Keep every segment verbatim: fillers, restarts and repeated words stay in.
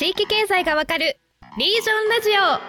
地域経済がわかるリージョンラジ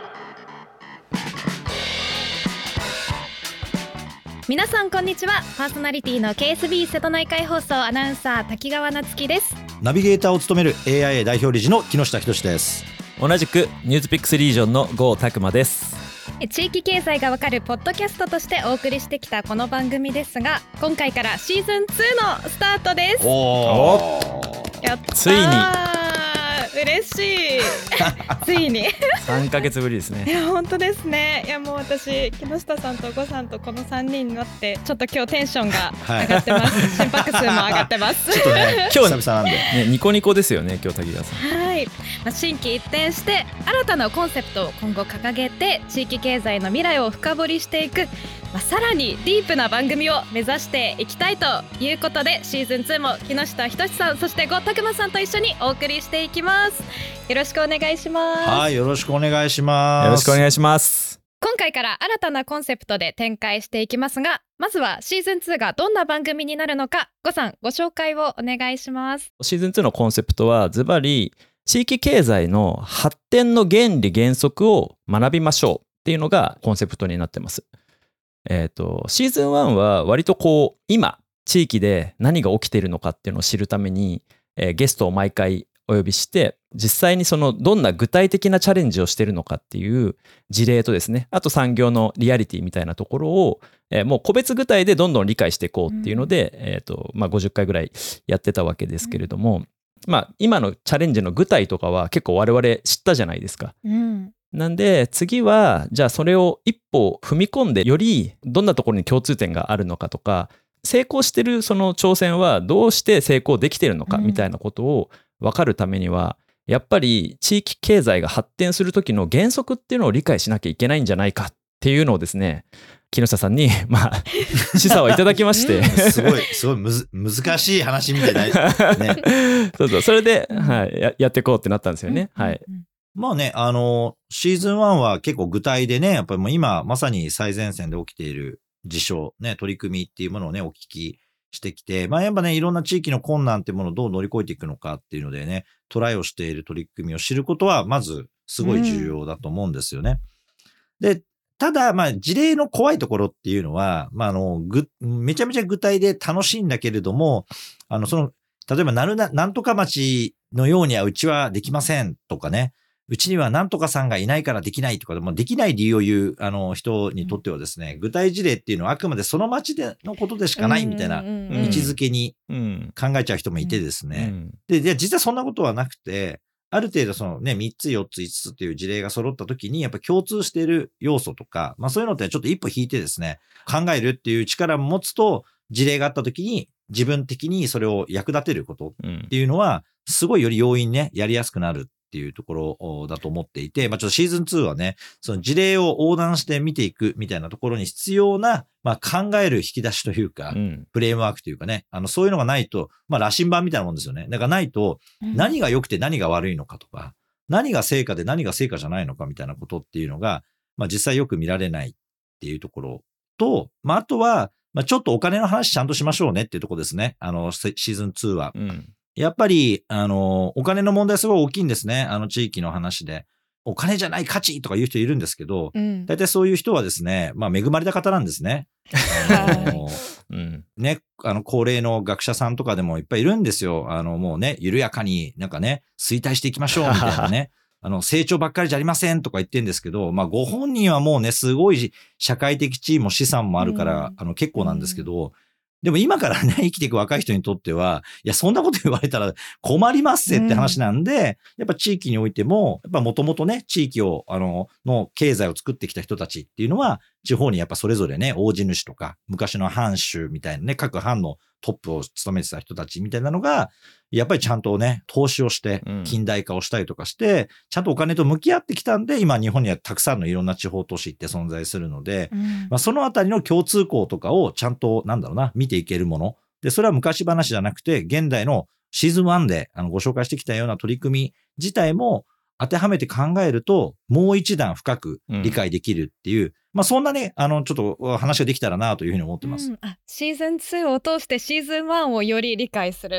オ。皆さんこんにちは。パーソナリティの ケーエスビー 瀬戸内海放送アナウンサー滝川夏樹です。 ナビゲーターを務める エーアイエー 代表理事の木下仁です。 同じくニュースピックスリージョンの郷拓馬です。 地域経済がわかるポッドキャストとしてお送りしてきたこの番組ですが、今回からシーズンツーのスタートです。 おーやったー、 ついに嬉しいついにさんかげつぶりですね。 いや本当ですね。いやもう私木下さんと呉さんとこのさんにんになってちょっと今日テンションが上がってます、はい、心拍数も上がってますちょっとね今日久々なんで、 ね、ニコニコですよね今日滝川さん。 はい、まあ、心機一転して新たなコンセプトを今後掲げて地域経済の未来を深掘りしていく、まあ、さらにディープな番組を目指していきたいということで、シーズンツーも木下仁さんそして呉拓馬さんと一緒にお送りしていきます。よろしくお願いします。 はい、よろしくお願いします。 よろしくお願いします。 今回から新たなコンセプトで展開していきますが、まずはシーズンツーがどんな番組になるのか、呉さんご紹介をお願いします。 シーズンツーのコンセプトはズバリ地域経済の発展の原理原則を学びましょうっていうのがコンセプトになってます。えーと、シーズンワンは割とこう今地域で何が起きているのかっていうのを知るために、えー、ゲストを毎回お呼びして実際にそのどんな具体的なチャレンジをしているのかっていう事例とですね、あと産業のリアリティみたいなところを、えー、もう個別具体でどんどん理解していこうっていうので、うんえーとまあ、ごじゅっかいぐらいやってたわけですけれども、うんまあ、今のチャレンジの具体とかは結構我々知ったじゃないですか。 うんなんで次はじゃあそれを一歩踏み込んでよりどんなところに共通点があるのかとか、成功してるその挑戦はどうして成功できてるのかみたいなことを分かるためには、やっぱり地域経済が発展する時の原則っていうのを理解しなきゃいけないんじゃないかっていうのをですね、木下さんにまあ示唆をいただきましてすごいすごいむず難しい話みたいなねそうそう、それで、はい、や, やっていこうってなったんですよね、うん、はい。 まあね、あの、シーズンワンは結構具体でね、やっぱりもう今まさに最前線で起きている事象、ね、取り組みっていうものをね、お聞きしてきて、まあやっぱね、いろんな地域の困難っていうものをどう乗り越えていくのかっていうのでね、トライをしている取り組みを知ることは、まずすごい重要だと思うんですよね。うん、で、ただ、まあ事例の怖いところっていうのは、まああの、ぐ、めちゃめちゃ具体で楽しいんだけれども、あの、その、例えばなるな、なんとか町のようにはうちはできませんとかね、うちにはなんとかさんがいないからできないとか、もうできない理由を言うあの人にとってはですね、具体事例っていうのはあくまでその町でのことでしかないみたいな位置づけに考えちゃう人もいてですね。で、で実はそんなことはなくて、ある程度そのね、みっつよっついつつっていう事例が揃った時にやっぱ共通している要素とか、まあそういうのってちょっと一歩引いてですね、考えるっていう力を持つと、事例があった時に自分的にそれを役立てることっていうのは、すごいより容易にね、やりやすくなるっていうところだと思っていて、まあちょっとシーズンツーはね、その事例を横断して見ていくみたいなところに必要な、まあ考える引き出しというか、うん、フレームワークというかね、あのそういうのがないと、まあ羅針盤みたいなもんですよね。だからないと、何が良くて何が悪いのかとか、何が成果で何が成果じゃないのかみたいなことっていうのが、まあ実際よく見られないっていうところと、まああとは、まあちょっとお金の話ちゃんとしましょうねっていうところですね。あのシーズンツーは。うんやっぱり、あの、お金の問題すごい大きいんですね。あの地域の話で。お金じゃない価値とか言う人いるんですけど、うん、大体そういう人はですね、まあ恵まれた方なんですね。あのうん、ね、あの高齢の学者さんとかでもいっぱいいるんですよ。あのもうね、緩やかになんかね、衰退していきましょうみたいなね。あの成長ばっかりじゃありませんとか言ってるんですけど、まあご本人はもうね、すごい社会的地位も資産もあるから、うん、あの結構なんですけど、うんでも今からね、生きていく若い人にとっては、いや、そんなこと言われたら困りますぜって話なんで、うん、やっぱ地域においても、やっぱもともとね、地域を、あの、の経済を作ってきた人たちっていうのは、地方にやっぱそれぞれね、大地主とか、昔の藩主みたいなね、各藩のトップを務めてた人たちみたいなのが、やっぱりちゃんとね、投資をして、近代化をしたりとかして、うん、ちゃんとお金と向き合ってきたんで、今日本にはたくさんのいろんな地方都市って存在するので、うんまあ、そのあたりの共通項とかをちゃんと、なんだろうな、見ていけるもの。で、それは昔話じゃなくて、現代のシーズンワンであのご紹介してきたような取り組み自体も当てはめて考えると、もう一段深く理解できるっていう、うん、まあそんなね、あの、ちょっと話ができたらなというふうに思ってます。 うん、あ、シーズンツーを通してシーズンワンをより理解する。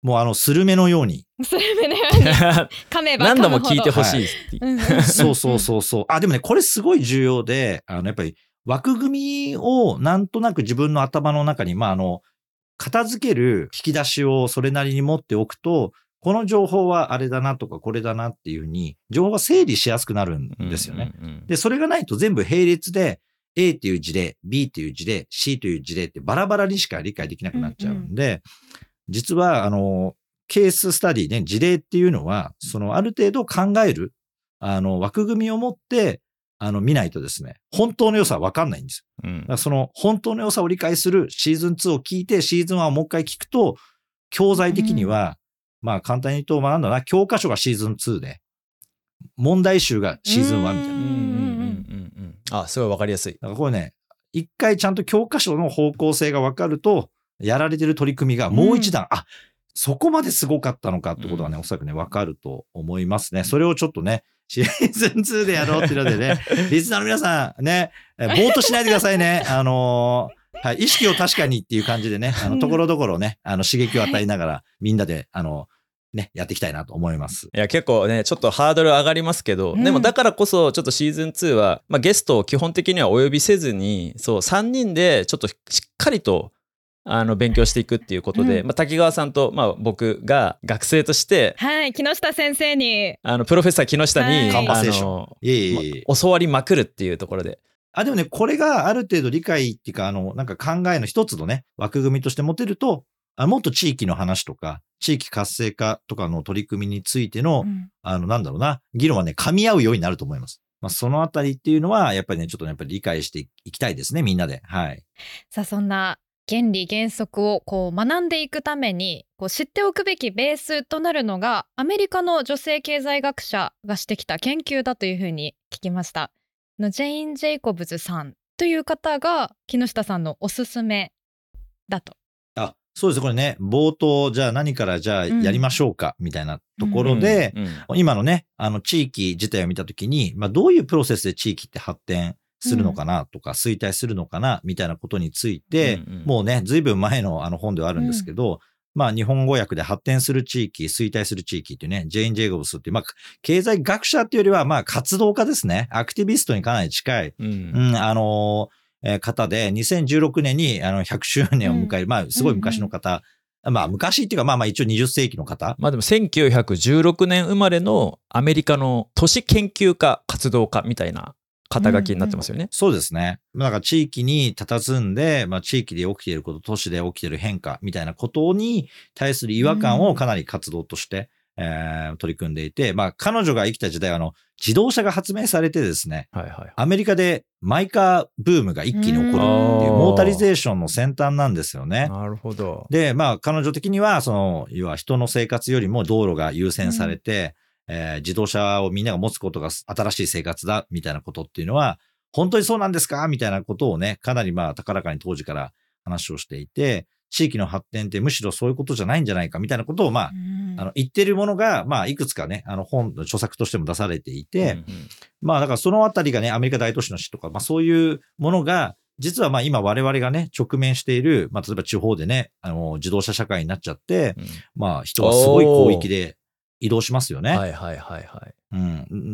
もうあの、スルメのように。 スルメのように噛めば噛むほど何度も聞いてほしいっていう、 はい、 そうそうそうそう。あ、でもね、これすごい重要で、あの、やっぱり枠組みをなんとなく自分の頭の中に、まあ、あの、片付ける引き出しをそれなりに持っておくと、この情報はあれだなとかこれだなっていうふうに、情報が整理しやすくなるんですよね。 うんうんうん、 で、それがないと全部並列で、A っていう事例、B っていう事例、C という事例ってバラバラにしか理解できなくなっちゃうんで、うんうん、実は、あの、ケーススタディね、事例っていうのは、そのある程度考える、あの、枠組みを持って、あの、見ないとですね、本当の良さは分かんないんですよ。うん、だからその本当の良さを理解するシーズンツーを聞いて、シーズンワンをもう一回聞くと、教材的には、うん、まあ簡単に言うと、まあなんだな、教科書がシーズンツーで、問題集がシーズンワンみたいな。うんうんうんうんうんあ、すごい分かりやすい。 だからこれね、一回ちゃんと教科書の方向性が分かると、やられてる取り組みがもう一段、うん、あ、そこまですごかったのかってことがね、うん、おそらくね、分かると思いますね。それをちょっとね、シーズンツーでやろうっていうのでね、リスナーの皆さんね、ぼーっとしないでくださいね。あのー、はい、意識を確かにっていう感じでね、あの、ところどころね、あの、刺激を与えながら、みんなで、あの、ね、やっていきたいなと思います。 いや、結構ね、ちょっとハードル上がりますけど、うん、でもだからこそ、ちょっとシーズンツーは、まあ、ゲストを基本的にはお呼びせずに、そう、さんにんでちょっとしっかりと、あの勉強していくっていうことで、うん、まあ、滝川さんと、まあ、僕が学生として、 はい、木下先生にあのプロフェッサー木下に、 はい、 あのいえいえいえ、 ま、教わりまくるっていうところで。 あ、でもね、これがある程度理解っていうか、あの、なんか考えの一つのね、枠組みとして持てると、あもっと地域の話とか、地域活性化とかの取り組みについての、うん、あの、なんだろうな、議論はね、噛み合うようになると思います。まあ、そのあたりっていうのは、やっぱりね、ちょっとね、やっぱり理解していきたいですね、みんなで。はい。 さあ、そんな、原理原則をこう学んでいくためにこう知っておくべきベースとなるのがアメリカの女性経済学者がしてきた研究だというふうに聞きました。のジェイン・ジェイコブズさんという方が木下さんのおすすめだと。 あ、そうです。これね、冒頭じゃあ何からじゃあやりましょうか、みたいなところで、うんうんうん、今のね、あの地域自体を見たときに、まあ、どういうプロセスで地域って発展するのかなとか、うん、衰退するのかなみたいなことについて、うんうん、もうね、ずいぶん前のあの本ではあるんですけど、うん、まあ日本語訳で発展する地域、衰退する地域っていうね、ジェイン・ジェイコブスっていう、まあ経済学者っていうよりは、まあ活動家ですね。アクティビストにかなり近い、うんうん、あのーえー、方で、にせんじゅうろくねんにあのひゃくしゅうねんを迎える、うん、まあすごい昔の方、うんうん、まあ昔っていうか、まあまあ一応にじゅっせいきの方。 まあでもせんきゅうひゃくじゅうろくねん生まれのアメリカの都市研究家、活動家みたいな肩書きになってますよね。うんうん、 そうですね。だから地域に佇んで、まあ地域で起きていること、都市で起きている変化みたいなことに対する違和感をかなり活動として、うんえー、取り組んでいて、まあ彼女が生きた時代はあの自動車が発明されてですね、はいはい、アメリカでマイカーブームが一気に起こるっていうモータリゼーションの先端なんですよね。 なるほど。 で、まあ彼女的にはその要は人の生活よりも道路が優先されて、うんえー、自動車をみんなが持つことが新しい生活だみたいなことっていうのは本当にそうなんですかみたいなことをね、かなりまあ高らかに当時から話をしていて、地域の発展ってむしろそういうことじゃないんじゃないかみたいなことをまあ、あの言ってるものがまあいくつかね、あの本、著作としても出されていて、うんうん、まあだからそのあたりがね、アメリカ大都市の詩とか、まあそういうものが、実はまあ今我々がね、直面している、まあ例えば地方でね、あの自動車社会になっちゃって、うん、まあ人はすごい広域で移動しますよね。 はいはいはいはい。 うん。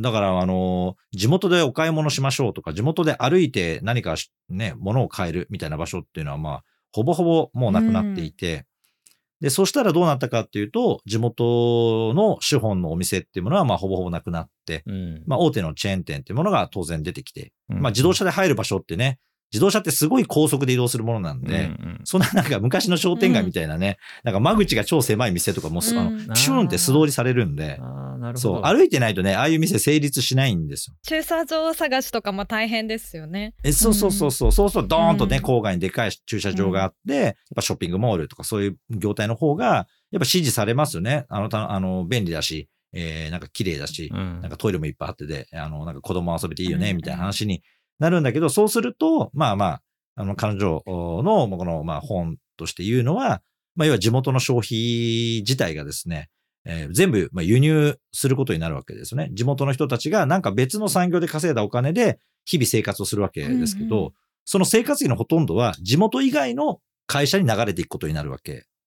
だから、あの、地元でお買い物しましょうとか、地元で歩いて何かね、物を買えるみたいな場所っていうのは、まあ、ほぼほぼもうなくなっていて、うん、で、そしたらどうなったかっていうと、地元の資本のお店っていうものは、まあ、ほぼほぼなくなって、うん、まあ、大手のチェーン店っていうものが当然出てきて、うん、まあ、自動車で入る場所ってね、自動車ってすごい高速で移動するものなんで、うんうん、そんななんか昔の商店街みたいなね、うん、なんか間口が超狭い店とかも、うん、あの、ピシューンって素通りされるんで、 あなるほどそう、歩いてないとね、ああいう店成立しないんですよ。 駐車場探しとかも大変ですよね。 えそうそうそうそう、うん、そうそう、ドーンとね、郊外にでかい駐車場があって、うん、やっぱショッピングモールとかそういう業態の方が、やっぱ支持されますよね。あの、たあの便利だし、えー、なんか綺麗だし、うん、なんかトイレもいっぱいあってで、あの、なんか子供遊べていいよね、みたいな話になるんだけど、そうすると、まあまあ、あの、彼女の、この、まあ、本として言うのは、まあ、要は地元の消費自体がですね、えー、全部、まあ、輸入することになるわけですよね。地元の人たちがなんか別の産業で稼いだお金で日々生活をするわけですけど、うんうん、その生活費のほとんどは地元以外の会社に流れていくことになるわけ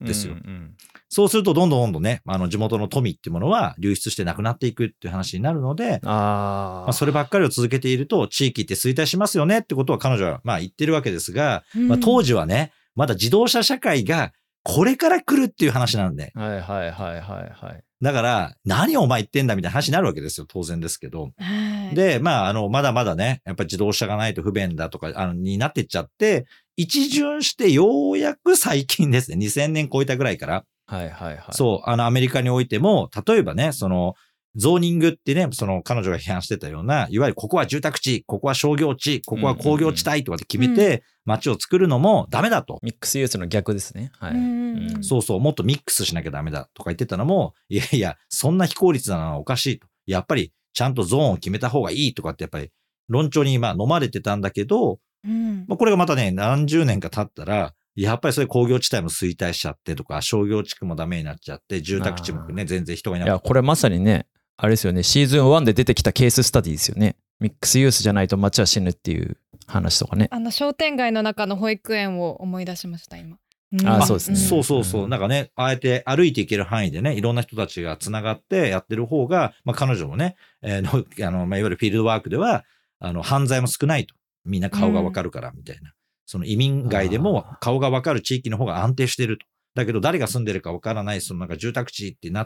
ですよ。 うんうん、 そうするとどんどんどんどんね、あの地元の富っていうものは流出してなくなっていくっていう話になるので、 あ、 まあ、そればっかりを続けていると地域って衰退しますよねってことは彼女はまあ言ってるわけですが、 うんまあ、当時はね、まだ自動車社会がこれから来るっていう話なんで。 はいはいはいはいはい。 だから、何をお前言ってんだみたいな話になるわけですよ。当然ですけど。 はい、 で、まあ、あの、まだまだね、やっぱり自動車がないと不便だとか、あの、になってっちゃって、一巡してようやく最近ですね。にせんねん超えたぐらいから。 はいはいはい。 そう、あの、アメリカにおいても、例えばね、その、ゾーニングってね、その彼女が批判してたような、いわゆるここは住宅地、ここは商業地、ここは工業地帯とかって決めて、街を作るのもダメだと。 ミックスユースの逆ですね。はい。 うん、 そうそう、もっとミックスしなきゃダメだとか言ってたのも、いやいや、そんな非効率なのはおかしいと。やっぱりちゃんとゾーンを決めた方がいいとかってやっぱり論調にまあ飲まれてたんだけど、 うんまあ、これがまたね、何十年か経ったら、やっぱりそれ工業地帯も衰退しちゃってとか、商業地区もダメになっちゃって、住宅地もね、全然人がいなくて。 いや、これまさにね、あれですよね、シーズンワンで出てきたケーススタディですよね。ミックスユースじゃないと街は死ぬっていう話とかね。 あの商店街の中の保育園を思い出しました今。 あ、そうですね。 そうそうそう。なんかね、あえて歩いていける範囲でね、いろんな人たちがつながってやってる方が、まあ彼女もね、えー、のあのまあ、いわゆるフィールドワークでは、あの犯罪も少ないと。みんな顔がわかるからみたいな。うん、その移民街でも顔がわかる地域の方が安定してると。だけど誰が住んでるかわからない、そのなんか住宅地ってなって、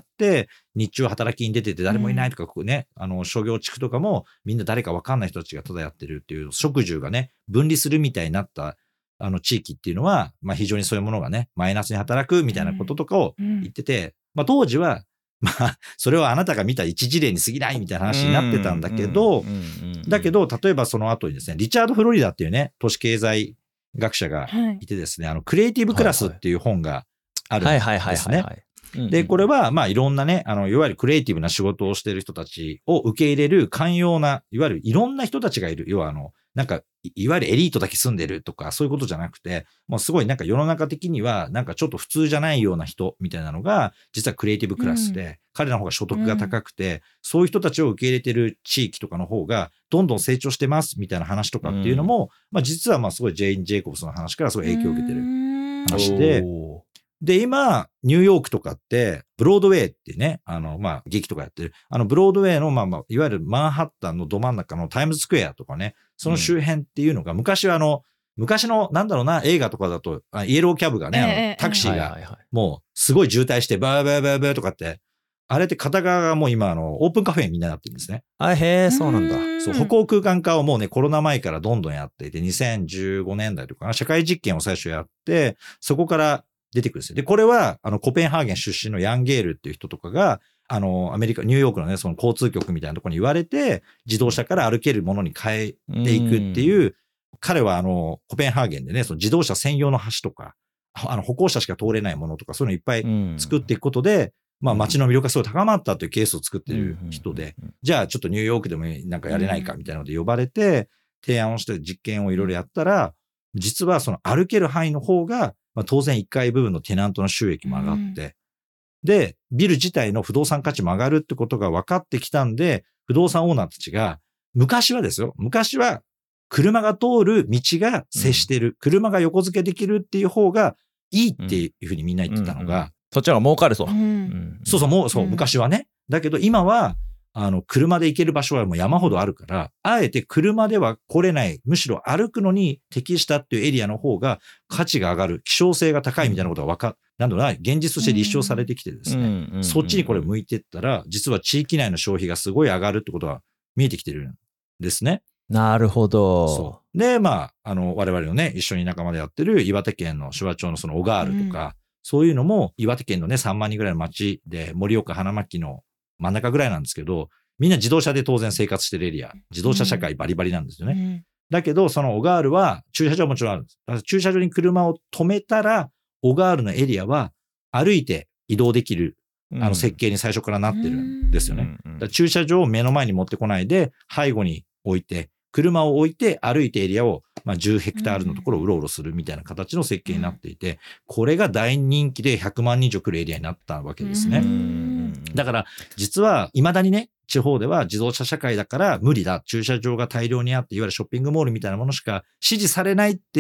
日中働きに出てて誰もいないとか、ここね、あの商業地区とかもみんな誰かわかんない人たちがただやってるっていう、職住がね、分離するみたいになったあの地域っていうのは、まあ非常にそういうものがね、マイナスに働くみたいなこととかを言ってて、まあ当時は、まあ、それはあなたが見た一事例に過ぎないみたいな話になってたんだけど、だけど、例えばその後にですね、リチャード・フロリダっていうね、都市経済学者がいてですね、はい、あの、クリエイティブクラスっていう本があるんですね。で、これは、まあ、いろんなね、あの、いわゆるクリエイティブな仕事をしている人たちを受け入れる寛容な、いわゆるいろんな人たちがいる。要は、あの、なんか、いわゆるエリートだけ住んでるとか、そういうことじゃなくて、もうすごいなんか世の中的には、なんかちょっと普通じゃないような人みたいなのが、実はクリエイティブクラスで、うん、彼らの方が所得が高くて、うん、そういう人たちを受け入れてる地域とかの方が、どんどん成長してますみたいな話とかっていうのも、うん、まあ実はまあすごいジェイン・ジェイコブスの話からすごい影響を受けてる話で、で、今、ニューヨークとかって、ブロードウェイってね、あの、まあ、劇とかやってる、あの、ブロードウェイの、まあまあ、いわゆるマンハッタンのど真ん中のタイムズスクエアとかね、その周辺っていうのが、うん、昔はあの、昔の、なんだろうな、映画とかだと、イエローキャブがね、あのタクシーが、もう、すごい渋滞して、バーバーバーバーとかって、あれって片側がもう今、あの、オープンカフェにみんななってるんですね。 あ、へえ、そうなんだ。 そう、歩行空間化をもうね、コロナ前からどんどんやっていて、にせんじゅうごねんだいとか、社会実験を最初やって、そこから出てくるんですよ。で、これは、あの、コペンハーゲン出身のヤンゲールっていう人とかが、あの、アメリカ、ニューヨークのね、その交通局みたいなところに言われて、自動車から歩けるものに変えていくっていう、彼はあの、コペンハーゲンでね、その自動車専用の橋とか、あの、歩行者しか通れないものとか、そういうのいっぱい作っていくことで、まあ街の魅力がすごい高まったというケースを作ってる人で、じゃあちょっとニューヨークでもなんかやれないかみたいなので呼ばれて、提案をして実験をいろいろやったら、実はその歩ける範囲の方が、まあ、当然いっかい部分のテナントの収益も上がって、で、ビル自体の不動産価値も上がるってことが分かってきたんで、不動産オーナーたちが、昔はですよ、昔は車が通る道が接してる、うん、車が横付けできるっていう方がいいっていうふうにみんな言ってたのが、うんうんうん、 そっちは儲かると、うんうん。そうそう、もう、そう、昔はね。だけど今は、あの、車で行ける場所はもう山ほどあるから、あえて車では来れない、むしろ歩くのに適したっていうエリアの方が価値が上がる、希少性が高いみたいなことが分かっ、なんだろうな、現実として立証されてきてですね、うんうんうん、そっちにこれ向いてったら、実は地域内の消費がすごい上がるってことが見えてきてるんですね。 なるほど。 そう。で、まあ、あの、我々のね、一緒に仲間でやってる岩手県の手話町のその小川ールとか、うん、そういうのも岩手県のね、さんまんにんぐらいの町で、盛岡花巻の真ん中ぐらいなんですけど、みんな自動車で当然生活してるエリア、自動車社会バリバリなんですよね。うん、だけど、その小川ールは駐車場はもちろんあるんです。だから駐車場に車を止めたら、小川ールのエリアは歩いて移動できる、あの設計に最初からなってるんですよね。だから駐車場を目の前に持ってこないで、背後に置いて、車を置いて歩いてエリアを、まあ、じゅうヘクタールのところをうろうろするみたいな形の設計になっていて、これが大人気でひゃくまんにん以上来るエリアになったわけですね。だから、実は未だにね、地方では自動車社会だから無理だ。駐車場が大量にあって、いわゆるショッピングモールみたいなものしか支持されないって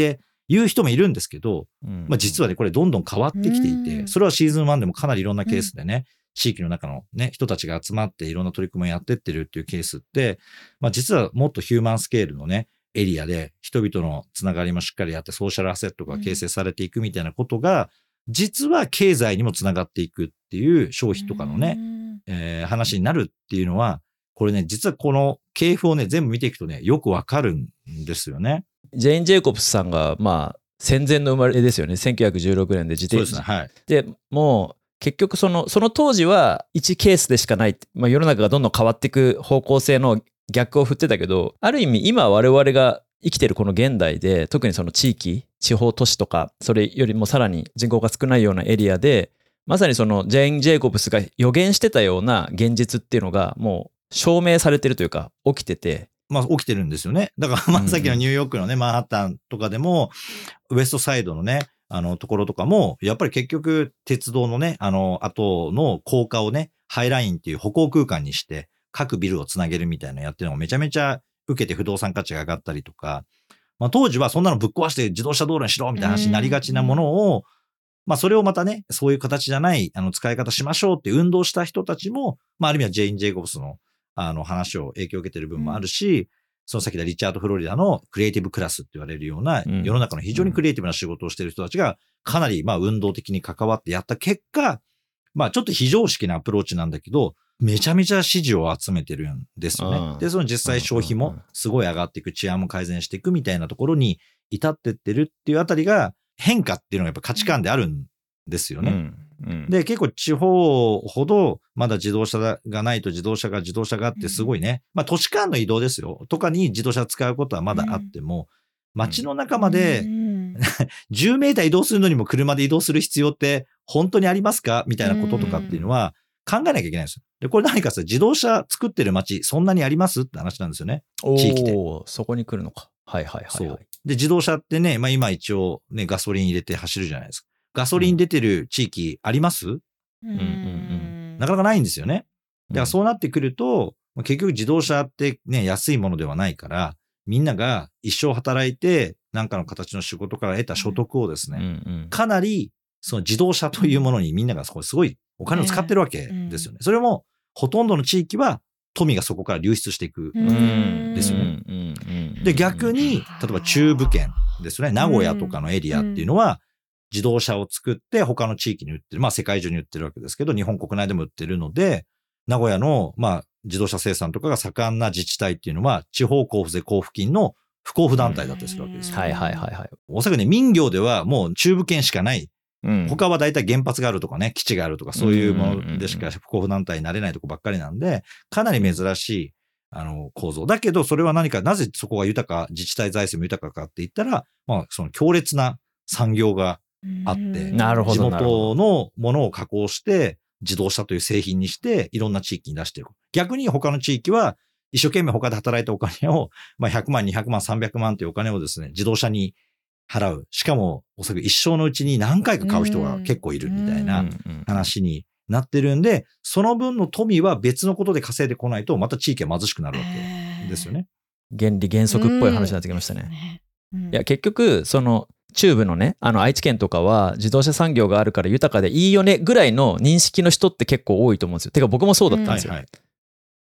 言う人もいるんですけど、 うんまあ実はね、これどんどん変わってきていて、それはシーズンワンでもかなりいろんなケースでね、地域の中のね、人たちが集まっていろんな取り組みをやってってるっていうケースって、まあ実はもっとヒューマンスケールのね、エリアで人々のつながりもしっかりあってソーシャルアセットが形成されていくみたいなことが、実は経済にもつながっていくっていう消費とかのね、えー話になるっていうのは、これね、実はこの系譜をね、全部見ていくとね、よくわかるんですよね。 ジェイン・ジェイコブスさんが、まあ、戦前の生まれですよね。せんきゅうひゃくじゅうろくねんで自転車。 そうですね。はい。 で、もう、結局その、その当時はいちケースでしかない。まあ、世の中がどんどん変わっていく方向性の逆を振ってたけど、ある意味今我々が生きてるこの現代で、特にその地域、地方都市とか、それよりもさらに人口が少ないようなエリアで、まさにそのジェイン・ジェイコブスが予言してたような現実っていうのがもう証明されてるというか、起きてて。 まあ起きてるんですよね。だからまあさっきのニューヨークのね、マンハッタンとかでも、ウエストサイドのね、あのところとかも、やっぱり結局鉄道のね、あの後の高架をね、ハイラインっていう歩行空間にして、各ビルをつなげるみたいなのやってるのがめちゃめちゃ受けて不動産価値が上がったりとか、まあ当時はそんなのぶっ壊して自動車道路にしろみたいな話になりがちなものを、まあそれをまたね、そういう形じゃないあの使い方しましょうって運動した人たちも、まあある意味はジェイン・ジェイコブスのあの話を影響を受けてる部分もあるし、うん、その先でリチャード・フロリダのクリエイティブクラスって言われるような、うん、世の中の非常にクリエイティブな仕事をしている人たちがかなりまあ運動的に関わってやった結果、まあちょっと非常識なアプローチなんだけど、めちゃめちゃ支持を集めてるんですよね。で、その実際消費もすごい上がっていく、治安も改善していくみたいなところに至ってってるっていうあたりが変化っていうのがやっぱ価値観であるんですよね。うんうん、で、結構地方ほどまだ自動車がないと自動車が自動車があってすごいね、まあ都市間の移動ですよ。とかに自動車使うことはまだあっても、うん、街の中まで、うん、じゅうメーター移動するのにも車で移動する必要って本当にありますかみたいなこととかっていうのは考えなきゃいけないんですよ。で、これ何かさ、自動車作ってる街そんなにありますって話なんですよね。地域で。 おー、そこに来るのか。はいはいはい、はい。 そう。で、自動車ってね、まあ今一応ね、ガソリン入れて走るじゃないですか。ガソリン出てる地域あります？うんうんうん、なかなかないんですよね。だからそうなってくると、うん、結局自動車ってね、安いものではないから、みんなが一生働いて、何かの形の仕事から得た所得をですね、うんうん、かなりその自動車というものにみんながすごいお金を使ってるわけですよね。それもほとんどの地域は富がそこから流出していくんですよね。で、逆に、例えば中部圏ですね、名古屋とかのエリアっていうのは、自動車を作って他の地域に売ってる。まあ世界中に売ってるわけですけど、日本国内でも売ってるので、名古屋のまあ自動車生産とかが盛んな自治体っていうのは、地方交付税交付金の不交付団体だったりするわけですよ。 はいはいはいはい。 おそらくね、民業ではもう中部圏しかない。うん、他は大体原発があるとかね、基地があるとか、そういうものでしか不交付団体になれないとこばっかりなんで、かなり珍しい、あの、構造。だけど、それは何か、なぜそこが豊か、自治体財政も豊かかって言ったら、まあ、その強烈な産業があって、 なるほど地元のものを加工して、自動車という製品にして、いろんな地域に出していく。逆に他の地域は、一生懸命他で働いたお金を、まあ、ひゃくまん、にひゃくまん、さんびゃくまんというお金をですね、自動車に払う。しかも、おそらく一生のうちに何回か買う人が結構いるみたいな話になってるんで、その分の富は別のことで稼いでこないと、また地域は貧しくなるわけですよね。 原理原則っぽい話になってきましたね。いや、結局、その、中部のね、あの愛知県とかは自動車産業があるから豊かでいいよねぐらいの認識の人って結構多いと思うんですよ。てか僕もそうだったんですよ。うんはいはい、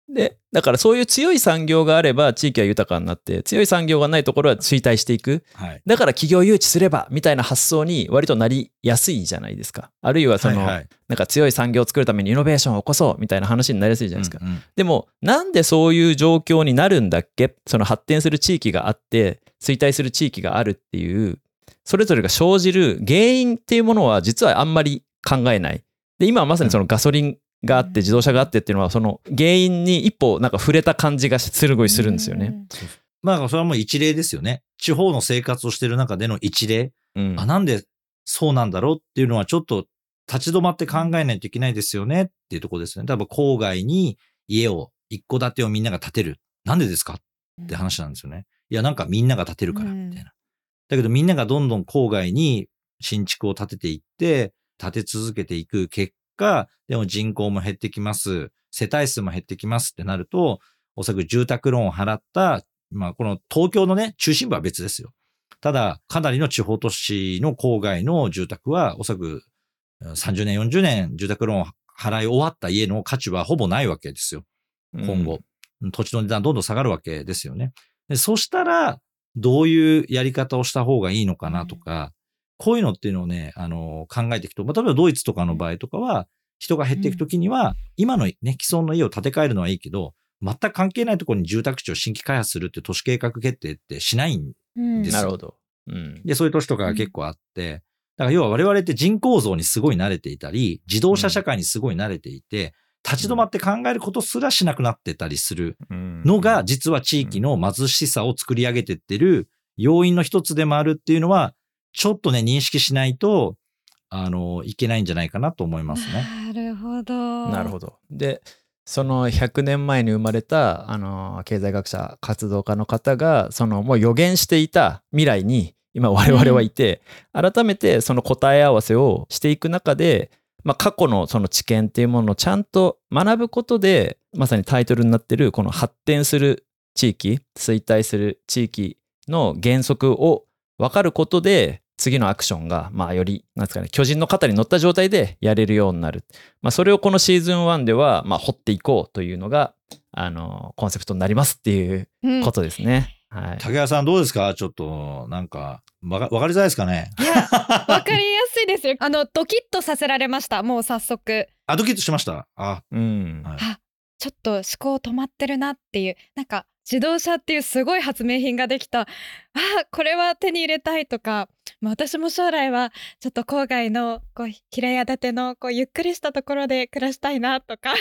で、だからそういう強い産業があれば地域は豊かになって、強い産業がないところは衰退していく。はい、だから企業誘致すればみたいな発想に割となりやすいじゃないですか。あるいはその、はいはい、なんか強い産業を作るためにイノベーションを起こそうみたいな話になりやすいじゃないですか。うんうん、でもなんでそういう状況になるんだっけ？その発展する地域があって衰退する地域があるっていうそれぞれが生じる原因っていうものは実はあんまり考えない。で、今はまさにそのガソリンがあって自動車があってっていうのはその原因に一歩なんか触れた感じがすごいするんですよね。 まあそれはもう一例ですよね。地方の生活をしている中での一例。うん、あ、なんでそうなんだろうっていうのはちょっと立ち止まって考えないといけないですよねっていうところですね。多分郊外に家を一戸建てをみんなが建てる。なんでですかって話なんですよね。いやなんかみんなが建てるからみたいな。だけどみんながどんどん郊外に新築を建てていって、建て続けていく結果、でも人口も減ってきます。世帯数も減ってきますってなると、おそらく住宅ローンを払った、まあこの東京のね、中心部は別ですよ。 ただ、かなりの地方都市の郊外の住宅は、おそらくさんじゅうねん、よんじゅうねん住宅ローン払い終わった家の価値はほぼないわけですよ。今後。うん、土地の値段どんどん下がるわけですよね。で、そしたら、どういうやり方をした方がいいのかなとか、こういうのっていうのをね、あの、考えていくと、まあ、例えばドイツとかの場合とかは、人が減っていくときには、今のね、既存の家を建て替えるのはいいけど、全く関係ないところに住宅地を新規開発するって都市計画決定ってしないんですよ。 なるほど。うん、 で、そういう都市とかが結構あって、だから要は我々って人口増にすごい慣れていたり、自動車社会にすごい慣れていて、立ち止まって考えることすらしなくなってたりするのが、実は地域の貧しさを作り上げてってる要因の一つでもあるっていうのは、ちょっとね、認識しないと、あの、いけないんじゃないかなと思いますね。 なるほど。 なるほど。で、そのひゃくねんまえに生まれた、あの、経済学者、活動家の方が、そのもう予言していた未来に、今我々はいて、うん、改めてその答え合わせをしていく中で、まあ、過去のその知見っていうものをちゃんと学ぶことで、まさにタイトルになってるこの発展する地域、衰退する地域の原則を分かることで、次のアクションが、まあより、なんですかね、巨人の肩に乗った状態でやれるようになる。まあそれをこのシーズンワンでは、まあ掘っていこうというのが、あの、コンセプトになりますっていうことですね。うん、はい。 竹谷さんどうですか？ちょっと、なんか、わか、わかりづらいですかね？ いや、わかりやすいですよ。あの、ドキッとさせられました。もう早速。 あ、ドキッとしました。あ、 うん。 はい、あ、ちょっと思考止まってるなっていう、なんか、自動車っていうすごい発明品ができた。あ、これは手に入れたいとか、まあ、私も将来はちょっと郊外のこう平屋建てのこうゆっくりしたところで暮らしたいなとか。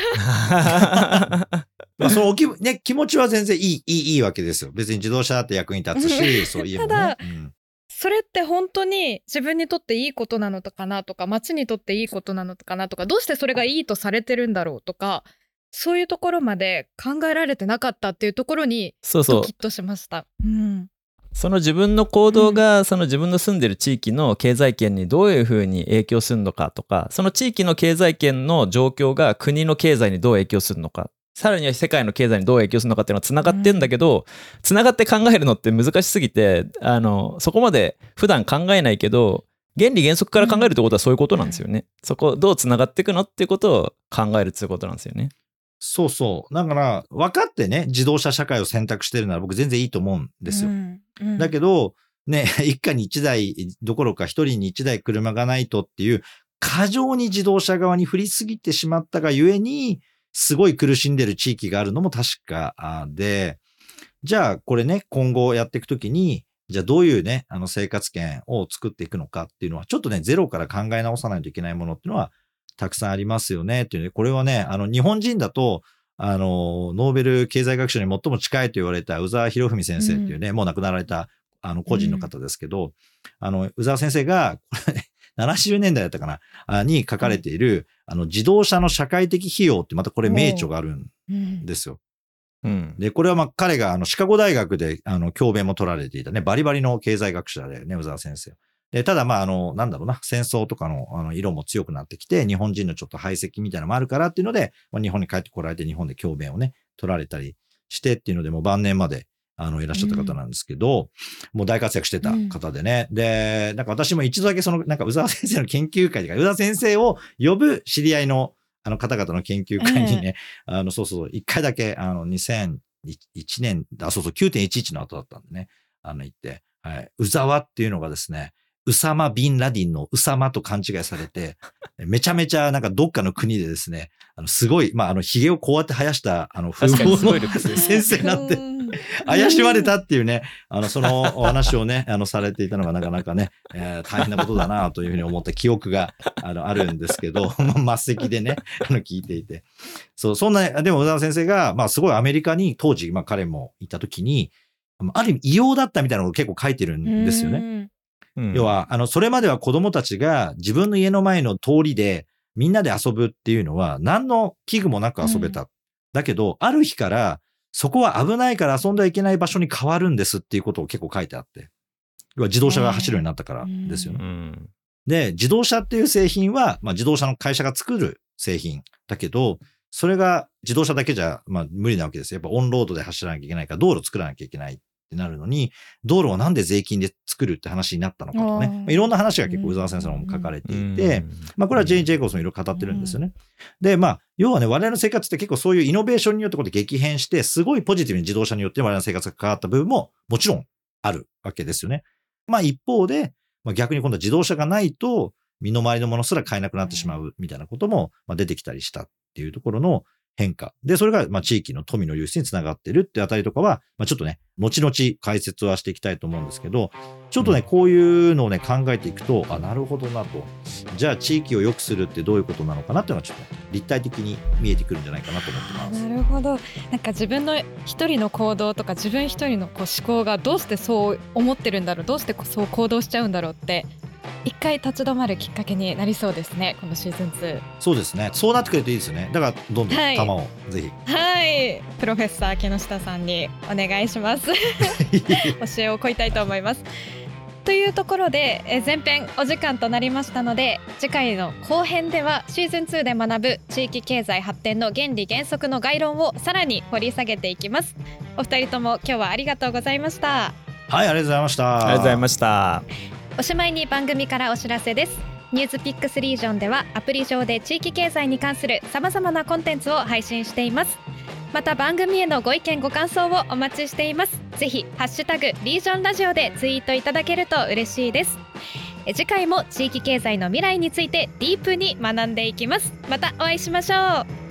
まあそのお気、ね、気持ちは全然いい、いい、いいわけですよ。別に自動車だって役に立つし、そういうのね。 ただ、 うん、 それって本当に自分にとっていいことなのかなとか、街にとっていいことなのかなとか、どうしてそれがいいとされてるんだろうとか、そういうところまで考えられてなかったっていうところにドキッとしました。そうそう、うん、 その自分の行動がその自分の住んでる地域の経済圏にどういうふうに影響するのかとか、その地域の経済圏の状況が国の経済にどう影響するのか、さらには世界の経済にどう影響するのかっていうのはつながってんだけど、つながって考えるのって難しすぎて、あのそこまで普段考えないけど、原理原則から考えるってことはそういうことなんですよね。そこどうつながっていくのっていうことを考えるっていうことなんですよね。 そうそう。だから、分かってね、自動車社会を選択してるなら僕全然いいと思うんですよ。うんうん、だけど、ね、一家に一台どころか一人に一台車がないとっていう、過剰に自動車側に振りすぎてしまったがゆえに、すごい苦しんでる地域があるのも確かで、じゃあこれね、今後やっていくときに、じゃあどういうね、あの生活圏を作っていくのかっていうのは、ちょっとね、ゼロから考え直さないといけないものっていうのは、たくさんありますよねっていうね。これはね、あの、日本人だと、あの、ノーベル経済学賞に最も近いと言われた宇沢博文先生っていうね、うん、もう亡くなられた、あの、個人の方ですけど、うん、あの、宇沢先生が、これ、ななじゅうねんだいだったかな、あに書かれている、うん、あの、自動車の社会的費用ってまたこれ名著があるんですよ。うん、で、これはまあ彼があの、シカゴ大学であの、教鞭も取られていたね、バリバリの経済学者だよね、宇沢先生。でただ、まあ、あの、なんだろうな、戦争とかの、あの色も強くなってきて、日本人のちょっと排斥みたいなのもあるからっていうので、まあ、日本に帰ってこられて、日本で教鞭をね、取られたりしてっていうので、もう晩年まで、あの、いらっしゃった方なんですけど、うん、もう大活躍してた方でね。うん、で、なんか私も一度だけその、なんか宇沢先生の研究会とか、宇沢先生を呼ぶ知り合いの、あの方々の研究会にね、うん、あの、そうそう、一回だけ、あの、にせんいちねん、あ、そうそう、きゅうてんいちいちの後だったんでね、あの、行って、はい、宇沢っていうのがですね、ウサマ・ビン・ラディンのウサマと勘違いされて、めちゃめちゃなんかどっかの国でですね、あのすごい、まああの髭をこうやって生やしたあの風貌の先生になって、怪しまれたっていうね、あのそのお話をね、あのされていたのがなかなかね、えー、大変なことだなというふうに思った記憶があのあるんですけど、末席でね、あの聞いていて。そう、そんな、でも宇沢先生が、まあすごいアメリカに当時、まあ彼もいた時に、ある意味異様だったみたいなのを結構書いてるんですよね。うん、要は、あの、それまでは子供たちが自分の家の前の通りでみんなで遊ぶっていうのは何の器具もなく遊べた。うん、だけど、ある日からそこは危ないから遊んではいけない場所に変わるんですっていうことを結構書いてあって。要は自動車が走るようになったからですよね。うん、で、自動車っていう製品は、まあ自動車の会社が作る製品だけど、それが自動車だけじゃ、まあ無理なわけですよ。やっぱオンロードで走らなきゃいけないから道路作らなきゃいけないっってなるのに、道路をなんで税金で作るって話になったのかとかね、まあ、いろんな話が結構宇沢先生のも書かれていて、まあ、これはジェイ・ジェイコブスもいろいろ語ってるんですよね。で、まあ、要はね、我々の生活って結構そういうイノベーションによってこう激変して、すごいポジティブに自動車によって我々の生活が変わった部分ももちろんあるわけですよね。まあ一方で、まあ、逆に今度は自動車がないと、身の回りのものすら買えなくなってしまうみたいなこともまあ出てきたりしたっていうところの変化。で、それがまあ地域の富の流出につながってるってあたりとかは、まあ、ちょっとね、後々解説はしていきたいと思うんですけど、ちょっとね、こういうのをね、考えていくと、あ、なるほどなと。じゃあ地域を良くするってどういうことなのかなっていうのはちょっと、ね、立体的に見えてくるんじゃないかなと思ってます。 なるほど。なんか自分の一人の行動とか自分一人のこう思考がどうしてそう思ってるんだろう、どうしてそう行動しちゃうんだろうって一回立ち止まるきっかけになりそうですね、このシーズンツー。 そうですね。そうなってくれるといいですよね。だからどんどん球をぜひ。 はい。プロフェッサー木下さんにお願いします。教えを請いたいと思います。というところでえ前編お時間となりましたので、次回の後編ではシーズンツーで学ぶ地域経済発展の原理原則の概論をさらに掘り下げていきます。お二人とも今日はありがとうございました。 はい、ありがとうございました。 ありがとうございました。 おしまいに番組からお知らせです。ニュースピックスリージョンではアプリ上で地域経済に関するさまざまなコンテンツを配信しています。また番組へのご意見ご感想をお待ちしています。ぜひハッシュタグリージョンラジオでツイートいただけると嬉しいです。え次回も地域経済の未来についてディープに学んでいきます。またお会いしましょう。